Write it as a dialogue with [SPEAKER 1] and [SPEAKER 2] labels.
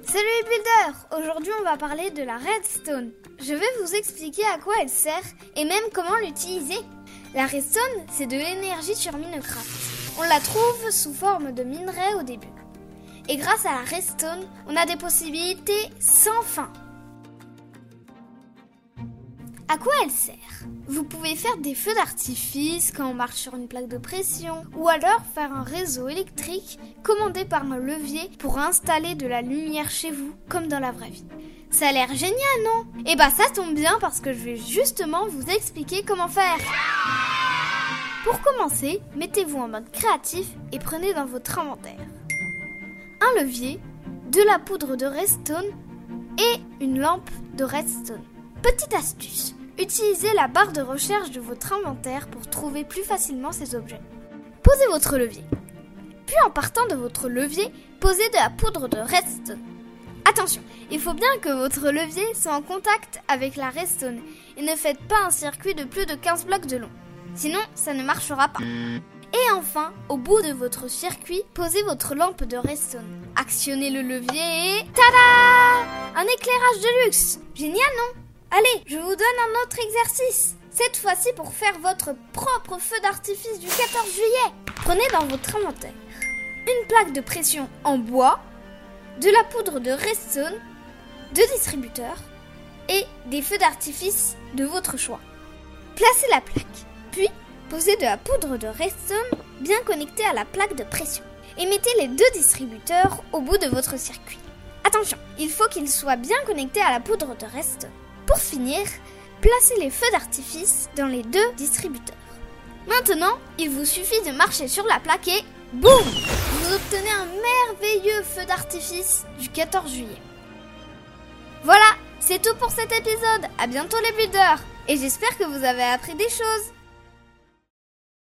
[SPEAKER 1] Salut les builders! Aujourd'hui on va parler de la redstone. Je vais vous expliquer à quoi elle sert et même comment l'utiliser. La redstone, c'est de l'énergie sur Minecraft. On la trouve sous forme de minerai au début. Et grâce à la redstone, on a des possibilités sans fin. À quoi elle sert? Vous pouvez faire des feux d'artifice quand on marche sur une plaque de pression, ou alors faire un réseau électrique commandé par un levier pour installer de la lumière chez vous, comme dans la vraie vie. Ça a l'air génial, non? Et bah ça tombe bien parce que je vais justement vous expliquer comment faire. Pour commencer, mettez-vous en mode créatif et prenez dans votre inventaire un levier, de la poudre de redstone et une lampe de redstone. Petite astuce, utilisez la barre de recherche de votre inventaire pour trouver plus facilement ces objets. Posez votre levier. Puis en partant de votre levier, posez de la poudre de redstone. Attention, il faut bien que votre levier soit en contact avec la redstone et ne faites pas un circuit de plus de 15 blocs de long. Sinon, ça ne marchera pas. Et enfin, au bout de votre circuit, posez votre lampe de redstone. Actionnez le levier et... Tada! Un éclairage de luxe! Génial, non? Allez, je vous donne un autre exercice. Cette fois-ci pour faire votre propre feu d'artifice du 14 juillet. Prenez dans votre inventaire une plaque de pression en bois, de la poudre de redstone, 2 distributeurs et des feux d'artifice de votre choix. Placez la plaque, puis posez de la poudre de redstone bien connectée à la plaque de pression et mettez les 2 distributeurs au bout de votre circuit. Attention, il faut qu'ils soient bien connectés à la poudre de redstone. Pour finir, placez les feux d'artifice dans les 2 distributeurs. Maintenant, il vous suffit de marcher sur la plaque et boum! Vous obtenez un merveilleux feu d'artifice du 14 juillet. Voilà, c'est tout pour cet épisode. À bientôt les builders. Et j'espère que vous avez appris des choses.